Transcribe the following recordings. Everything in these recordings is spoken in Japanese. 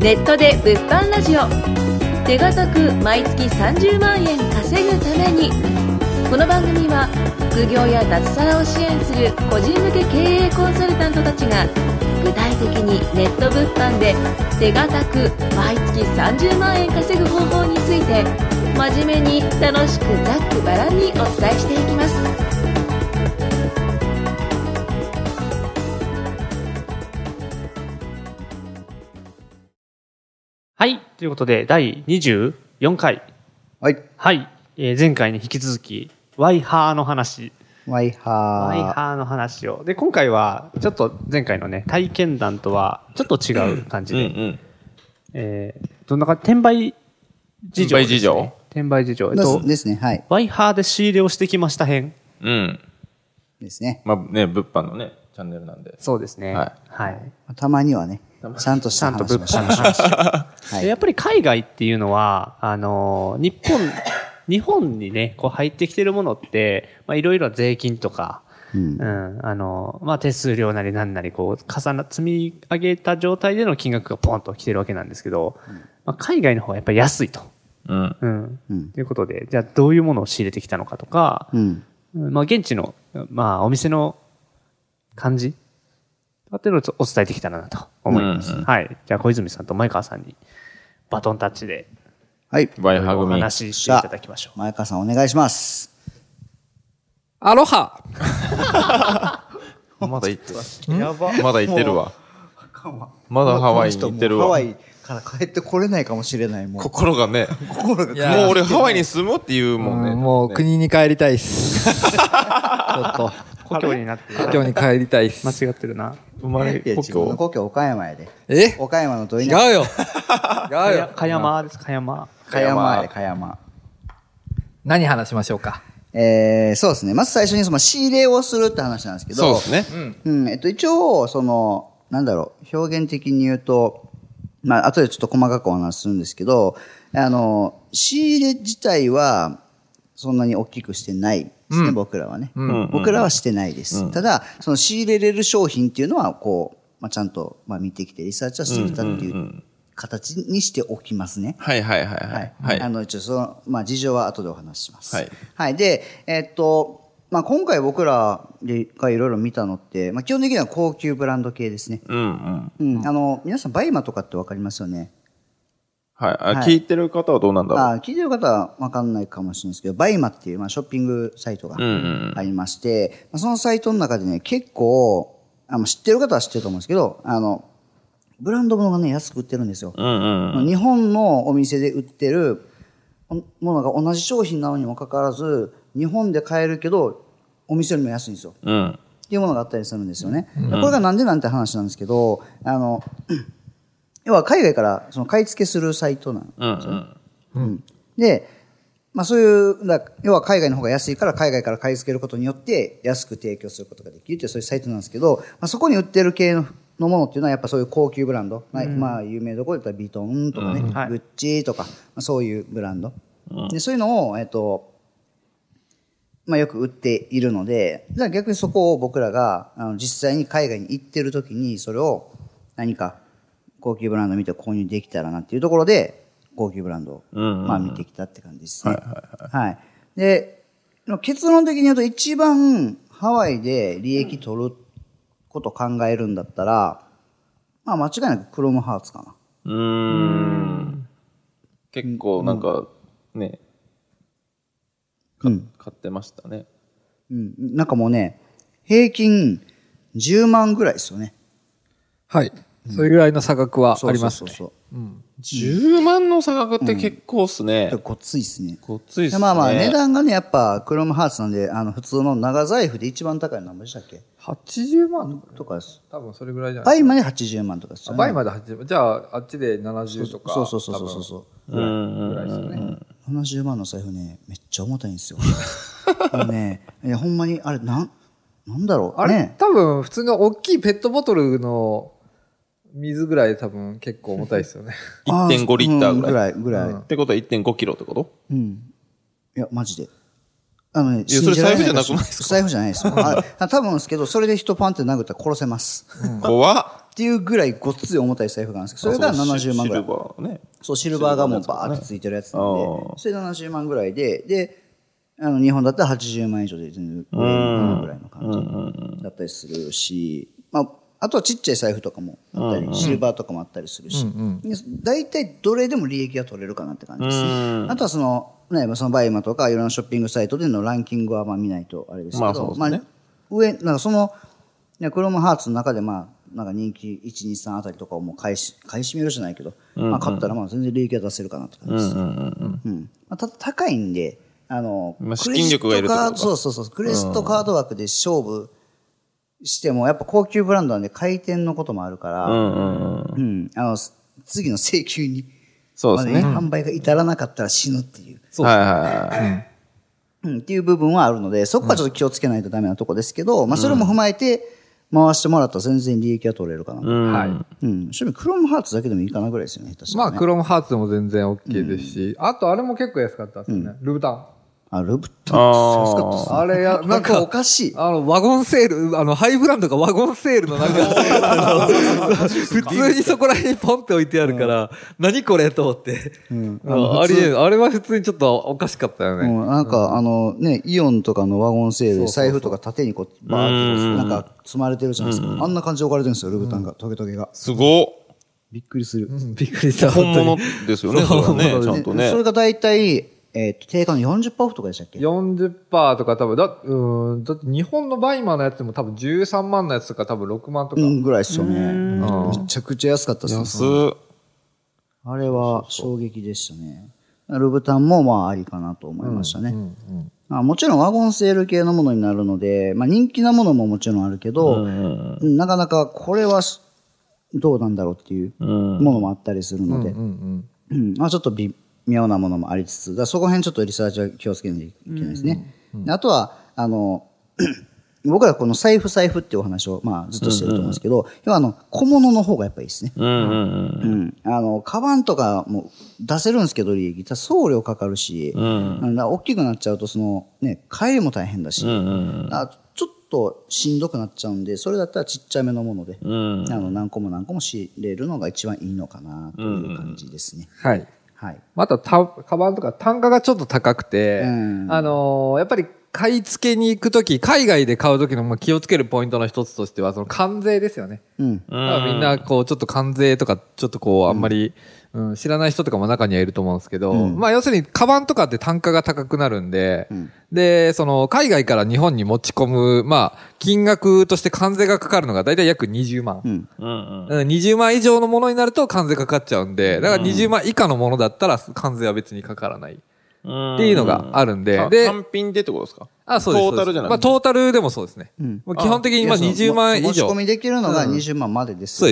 ネットで物販ラジオ、手堅く毎月30万円稼ぐために。この番組は副業や脱サラを支援する個人向け経営コンサルタントたちが具体的にネット物販で手堅く毎月30万円稼ぐ方法について真面目に楽しくざっくばらんにお伝えしていきます。 はい。ということで、第24回。 はい。 はい。前回に引き続き、ワイハーの話。 ワイハーの話を。で、今回は、ちょっと前回のね、体験談とは、ちょっと違う感じで。どんなか、転売事情ですね。転売事情。 ですね、はい。 ワイハーで仕入れをしてきました編。 うん。 ですね。 まあね、物販のね、チャンネルなんで。 そうですね。 はい。 はい。 たまにはね、ちゃんとした話もしましょう。 はい。やっぱり海外っていうのは、日本にね、こう入ってきてるものって、まあいろいろ税金とか、まあ手数料なりなんなりこう積み上げた状態での金額がポンと来てるわけなんですけど、まあ海外の方がやっぱり安いと。ということで、じゃあどういうものを仕入れてきたのかとか、まあ現地の、まあお店の感じっていうのをお伝えできたらなと思います。はい。じゃあ小泉さんと前川さんにバトンタッチで、 はい。 ワイハー組。 お話ししていただきましょう。 前川さんお願いします。 アロハまだ行ってる。やば。まだ行ってるわ。まだハワイに行ってるわ。 ハワイから帰ってこれないかもしれない。もう心がね。もう俺ハワイに住むって言うもんね。 もう国に帰りたいっす。ちょっと。 故郷になってる。 故郷に帰りたいっす。 間違ってるな。 生まれ故郷。故郷岡山やで。岡山のどい違うよ。違うよ。 香山です、香山。 香山。 何話しましょうか。 そうですね。まず最初にその仕入れをするって話なんですけど。 そうですね。一応、表現的に言うと、まあ、後でちょっと細かくお話しするんですけど、仕入れ自体は、そんなに大きくしてないですね、僕らはね。僕らはしてないです。ただ、その仕入れれる商品っていうのは、こう、まあ、ちゃんと、まあ、見てきて、リサーチはしてきたっていう形にしておきますね。 はい。 一応まあ、事情は後でお話しします。 はい。 はい。で、まあ、今回僕らがいろいろ見たのって、まあ、基本的には高級ブランド系ですね。皆さん、バイマとかってわかりますよね。 はい。聞いてる方はどうなんだろう。 聞いてる方はわかんないかもしれないですけど、バイマっていう、まあ、ショッピングサイトがありまして、そのサイトの中でね、結構、知ってる方は知ってると思うんですけど、ブランド物がね、安く売ってるんですよ。日本のお店で売ってるものが同じ商品なのにもかかわらず、日本で買えるけど、お店よりも安いんですよ。っていうものがあったりするんですよね。これがなんでなんて話なんですけど、要は海外からその買い付けするサイトなんですよね。で、まあそういう、要は海外の方が安いから海外から買い付けることによって安く提供することができるというそういうサイトなんですけど、まあそこに売ってる系のものっていうのはやっぱそういう高級ブランド。まあ有名どころだったらビトンとかね、グッチとか、まあ、そういうブランド。で、そういうのを、まあよく売っているので、じゃあ逆にそこを僕らが実際に海外に行ってる時にそれを何か高級ブランド見て購入できたらなっていうところで、高級ブランドを、まあ見てきたって感じですね。はい。で、結論的に言うと一番ハワイで利益取ること考えるんだったら、まあ間違いなくクロムハーツかな。 結構なんか、ね、買ってましたね。 なんかもうね、平均10万ぐらいですよね。 はい。それぐらいの差額はありますね。 10万の差額って結構っすね。 ごっついっすね。 ごっついっすね。 まあまあ値段がね、やっぱクロムハーツなんで、普通の長財布で一番高いの何でしたっけ ?80 万とかです。 多分それぐらいじゃない倍まで80万とかですよね。 倍まで80万。じゃあ、あっちで70とか。 そう。 ぐらいですよね。 70万の財布ね、めっちゃ重たいんですよ。ほんまに、あれ、なんだろう。 あれ、多分普通の大きいペットボトルの水ぐらい多分結構重たいですよね。 1.5 リッターぐらい。 ってことは 1.5 キロってこと？ いや、マジで。 それ財布じゃなくないですか？ 財布じゃないですよ。多分ですけど、それで人パンって殴ったら殺せます。 怖っ。 っていうぐらいごっつい重たい財布があるんですけど、それが70万ぐらい。 シルバーね。 そう、シルバーがもうバーってついてるやつなんで、それ70万ぐらいで、日本だったら80万以上で全然上にぐらいの感じだったりするし、まあ、あとはちっちゃい財布とかもあったり、シルバーとかもあったりするし、大体どれでも利益が取れるかなって感じです。あとはそのバイマとかいろんなショッピングサイトでのランキングはまあ見ないとあれですけど、まあ上、なんかその、クロムハーツの中でまあ、なんか人気1、2、3あたりとかをもう買い占めるじゃないけど、まあ買ったらまあ全然利益が出せるかなって感じです。ただ高いんで、 資金力がいるとか。 そう、クレジットカード枠で勝負しても、やっぱ高級ブランドなんで回転のこともあるから、次の請求に、 そうですね。 販売が至らなかったら死ぬっていう。 はいっていう部分はあるので、そこはちょっと気をつけないとダメなとこですけど、まあそれも踏まえて回してもらったら全然利益が取れるかなと。はい。正味クロムハーツだけでもいいかなぐらいですよね、 まあクロムハーツでも全然 OK ですし、あとあれも結構安かったですよね。ルブタン。 ルブタン安かったっすね。 あれや、なんかおかしい。 ワゴンセール、ハイブランドがワゴンセールのなんか、普通にそこら辺にポンって置いてあるから、何これと思って。あれは普通にちょっとおかしかったよね。 なんかイオンとかのワゴンセールで財布とか縦にこう、バーってなんか積まれてるじゃないですか。あんな感じで置かれてるんですよ、ルブタンが、トゲトゲが。 すごっ。 びっくりする。 びっくりした。 本物ですよね、それはね、ちゃんとね。 それが大体、定価の 40% オフとかでしたっけ ?40% とか多分、だって日本のバイマーのやつでも多分13万のやつとか多分6万とか。 ぐらいですよね。めちゃくちゃ安かったですね。あれは衝撃でしたね。ルブタンもまあありかなと思いましたね。もちろんワゴンセール系のものになるので、まあ人気なものももちろんあるけど、なかなかこれはどうなんだろうっていうものもあったりするので、まあちょっと微妙なものもありつつ、そこら辺ちょっとリサーチは気をつけないといけないですね。あとは、僕らこの財布っていうお話を、まあずっとしてると思うんですけど、要は小物の方がやっぱりいいですね。カバンとかも出せるんですけど、利益。送料かかるし、大きくなっちゃうと、帰りも大変だし、ちょっとしんどくなっちゃうんで、それだったらちっちゃめのもので、何個も仕入れるのが一番いいのかなという感じですね。 はい。はい。あとカバンとか単価がちょっと高くて、やっぱり買い付けに行くとき、海外で買うときの気をつけるポイントの一つとしては、その関税ですよね。みんな、ちょっと関税とか、ちょっとあんまり、知らない人とかも中にはいると思うんですけど、まあ要するに、カバンとかって単価が高くなるんで、で、海外から日本に持ち込む、まあ、金額として関税がかかるのがだいたい約20万。20万以上のものになると関税かかっちゃうんで、だから20万以下のものだったら関税は別にかからない。っていうのがあるんで。 で、単品でってことですか？ そうです。 トータルじゃない。 まあ、トータルでもそうですね。基本的に20万以上。 持ち込みできるのが20万までです。 そうです。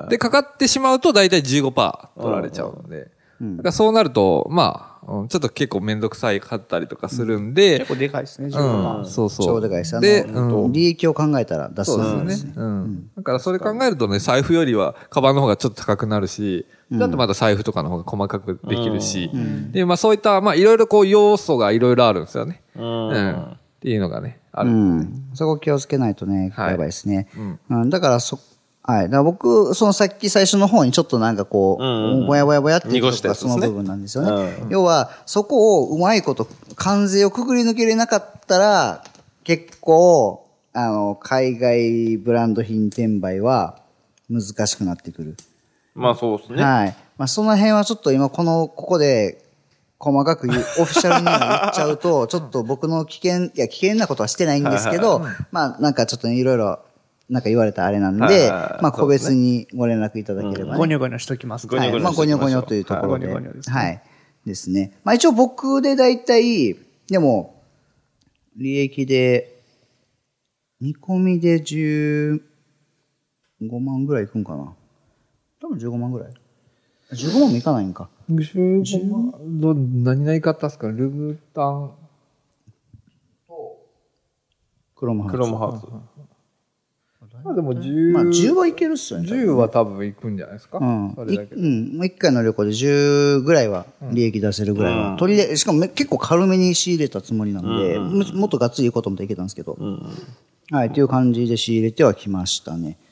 で、かかってしまうと大体 15% 取られちゃうので。だからそうなると、まあ、ちょっと結構めんどくさいかったりとかするんで。 結構でかいですね、15%。 そうそう。 超でかいです。で、利益を考えたら出すんですね。 だからそれ考えるとね、財布よりはカバンの方がちょっと高くなるし、だってまた財布とかの方が細かくできるし、で、まあそういった、まあいろいろ要素がいろいろあるんですよね。っていうのがね、ある。 そこ気をつけないとね、やばいですね。だからはい。だから僕、さっき最初の方にちょっとなんかぼやぼやぼやっていうのがその部分なんですよね。要は、そこをうまいこと、関税をくぐり抜けれなかったら、結構、海外ブランド品転売は難しくなってくる。 まあそうですね。 はい。まあその辺はちょっと今ここで、細かくオフィシャルに言っちゃうと、ちょっと僕の危険なことはしてないんですけど、まあなんかちょっとね、いろいろ、なんか言われたあれなんで、まあ個別にご連絡いただければね。 ゴニョゴニョしときますか。 はい。まあゴニョゴニョというところで。はい。ですね。まあ一応僕でだいたい、でも、利益で、見込みで15万ぐらいいくんかな。多分15万ぐらい。15万もいかないんか。 15万何々買ったっすか？ルブタンとクロムハーツ。 まあでも10、 まあ10はいけるっすよね。 10は多分いくんじゃないですか。それだけで。 1回の旅行で10ぐらいは利益出せるぐらいは。しかも結構軽めに仕入れたつもりなんで、もっとがっつりいくこともできたんですけど。はい、っていう感じで仕入れてはきましたね。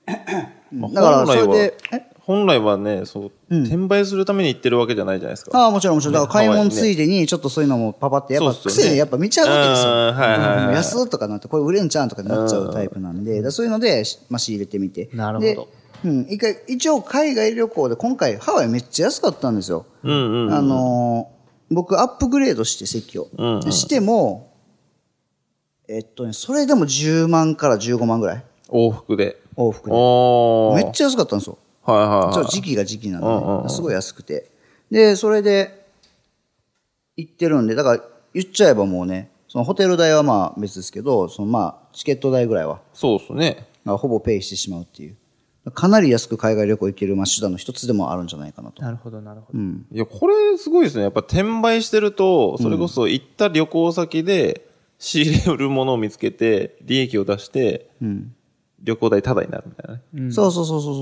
まあだから、それで、 本来はね、そう、転売するために行ってるわけじゃないじゃないですか。 ああ、もちろんもちろん。だから買い物ついでに、ちょっとそういうのもパパって、やっぱ癖でやっぱ見ちゃうわけですよ。 はいはい。 安とかなって、これ売れんちゃうんとかになっちゃうタイプなんで、そういうので、まあ、仕入れてみて。 なるほど。 一応海外旅行で、今回ハワイめっちゃ安かったんですよ。僕アップグレードして席を。しても、それでも10万から15万ぐらい。 往復で。 めっちゃ安かったんですよ。 はいはい。 ちょっと時期が時期なんで、すごい安くて。で、それで、行ってるんで、だから言っちゃえばもうね、そのホテル代はまあ別ですけど、そのまあチケット代ぐらいは。 そうですね。 ほぼペイしてしまうっていう。かなり安く海外旅行行ける、まあ、手段の一つでもあるんじゃないかなと。 なるほど、なるほど。 いや、これすごいですね。やっぱ転売してると、それこそ行った旅行先で仕入れ売るものを見つけて、利益を出して、旅行代タダになるみたいなね。 そう。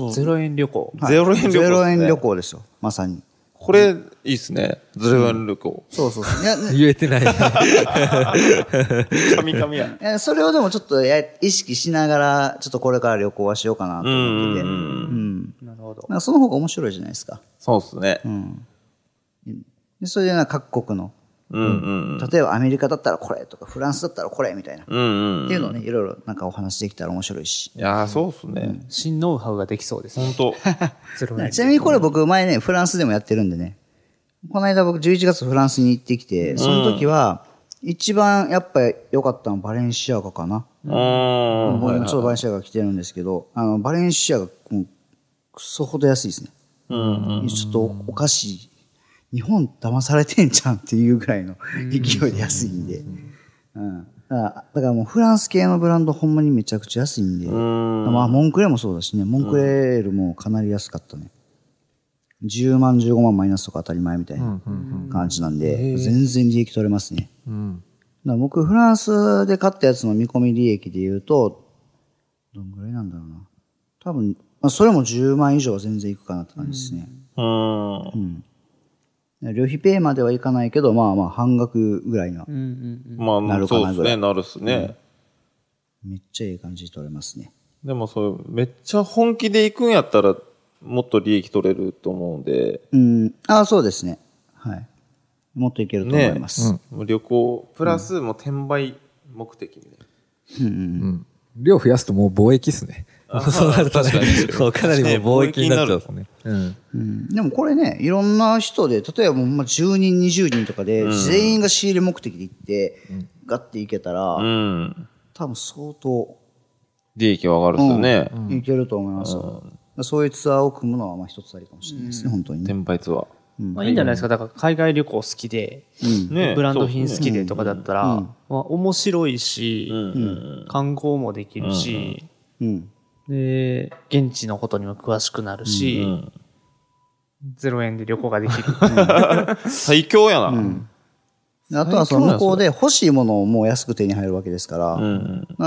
0円旅行。 0円旅行。 0円旅行ですよ。まさに。 これ、いいっすね。0円旅行。 そう。 言えてない。 神々や。 それをでもちょっと意識しながら、ちょっとこれから旅行はしようかなと思ってて。 なるほど。 なんかその方が面白いじゃないですか。 そうっすね。 でそれで各国の、例えばアメリカだったらこれとか、フランスだったらこれみたいな。っていうのをね、いろいろなんかお話できたら面白いし。 いやー、そうっすね。 新ノウハウができそうです。 本当。 ちなみにこれ僕前ね、フランスでもやってるんでね。この間僕11月フランスに行ってきて、その時は、一番やっぱり良かったのはバレンシアガかな。僕もちょっとバレンシアガ来てるんですけど、バレンシアガ、くそほど安いですね。ちょっとおかしい。日本騙されてんじゃんっていうぐらいの勢いで安いんで。だからもうフランス系のブランドほんまにめちゃくちゃ安いんで。まあモンクレーもそうだしね、モンクレールもかなり安かったね。10万、15万マイナスとか当たり前みたいな感じなんで、全然利益取れますね。だから僕フランスで買ったやつの見込み利益で言うと、どんぐらいなんだろうな。多分、まあ、それも10万以上は全然いくかなって感じですね。旅費ペイまではいかないけど、まあまあ半額ぐらいはなるかなぐらい。 なるっすね。 めっちゃいい感じで取れますね。 でもめっちゃ本気で行くんやったら、もっと利益取れると思うんで。 そうですね。はい。もっといけると思います。 旅行、プラスもう転売目的で。 量増やすともう貿易っすね。そうなるとね、かなりもう貿易になっちゃうんですね。 でもこれね、いろんな人で、例えばもう10人、20人とかで、全員が仕入れ目的で行って、ガッていけたら、多分相当、 利益は上がるっすよね。 いけると思いますよ。そういうツアーを組むのはまあ一つありかもしれないですね、本当に。 転売ツアー。 まあいいんじゃないですか。だから海外旅行好きで、ブランド品好きでとかだったら、まあ面白いし、観光もできるし、で、現地のことにも詳しくなるし、0円で旅行ができる。 最強やな。 あとはその向こうで欲しいものをもう安く手に入るわけですから、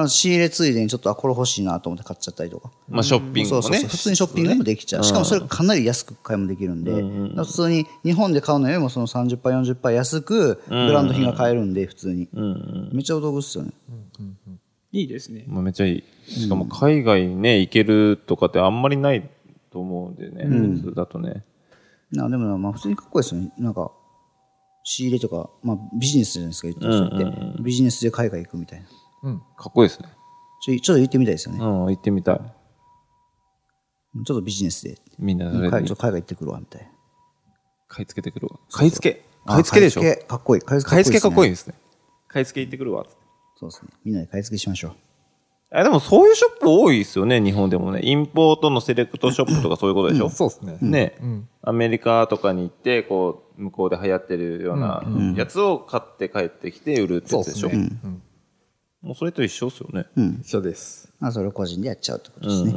仕入れついでにちょっとこれ欲しいなと思って買っちゃったりとか。 まあショッピングもね。 普通にショッピングでもできちゃう。しかもそれかなり安く買いもできるんで、普通に日本で買うのよりもその 30%、40% 安くブランド品が買えるんで、普通に。めっちゃお得っすよね。 いいですね。 めっちゃいい。しかも海外にね、行けるとかってあんまりないと思うんでね、普通だとね。 でもまあ普通にかっこいいですよね。なんか、仕入れとか、まあビジネスじゃないですか、言ってそうやって。ビジネスで海外行くみたいな。 かっこいいですね。 ちょっと行ってみたいですよね。 行ってみたい。 ちょっとビジネスで。 みんなちょっと海外行ってくるわ、みたいな。 買い付けてくるわ。買い付け買い付けでしょ？ 買い付けかっこいい。 買い付けかっこいいですね。買い付け行ってくるわ。 そうですね。みんなで買い付けしましょう。 でもそういうショップ多いですよね、日本でもね。インポートのセレクトショップとかそういうことでしょ？ そうですね。 ね。アメリカとかに行って、こう、向こうで流行ってるようなやつを買って帰ってきて売るってやつでしょ？もうそれと一緒ですよね。 一緒です。 まあそれを個人でやっちゃうってことですね。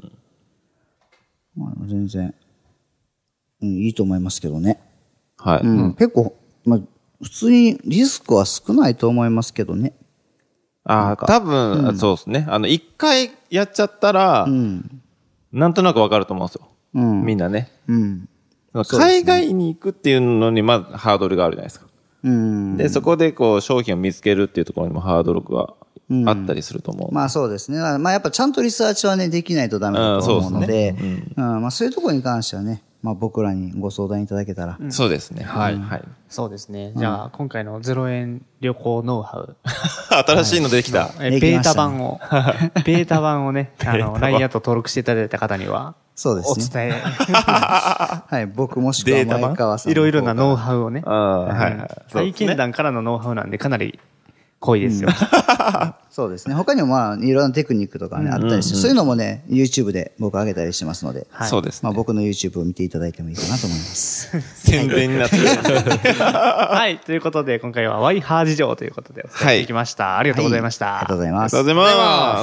まあ全然、いいと思いますけどね。 はい。 結構、まあ普通にリスクは少ないと思いますけどね。 多分、そうですね。一回やっちゃったら、なんとなくわかると思うんですよ。みんなね。海外に行くっていうのに、まずハードルがあるじゃないですか。で、そこでこう、商品を見つけるっていうところにもハードルがあったりすると思う。 まあそうですね。まあやっぱちゃんとリサーチはね、できないとダメだと思うので、まあそういうところに関してはね、まあ僕らにご相談いただけたら。 そうですね。はい。 そうですね。じゃあ今回の0円旅行ノウハウ。 新しいのできた。 ベータ版をね、LINE アット登録していただいた方には、 そうですね。 お伝え。 はい、僕もしくは前川さん。 いろいろなノウハウをね。体験談からのノウハウなんでかなり濃いですよ。 そうですね。他にもまあ、いろんなテクニックとかね、あったりして、そういうのもね、YouTube で僕上げたりしてますので。 そうですね。 まあ僕の YouTube を見ていただいてもいいかなと思います。 宣伝になってる。 はい。ということで、今回はワイハー事情ということでお伝えしてきました。ありがとうございました。 ありがとうございます。 ありがとうございます。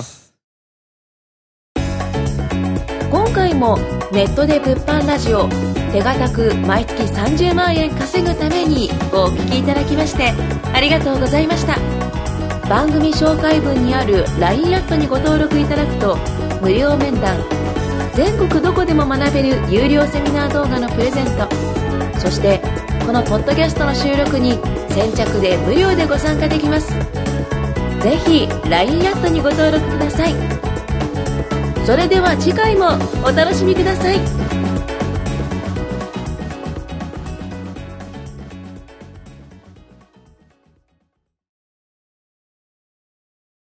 今回もネットで物販ラジオ手堅く毎月30万円稼ぐためにお聞きいただきましてありがとうございました。番組紹介文にある LINE アットにご登録いただくと無料面談、全国どこでも学べる有料セミナー動画のプレゼント、そしてこのポッドキャストの収録に先着で無料でご参加できます。ぜひ LINE アットにご登録ください。それでは次回もお楽しみください。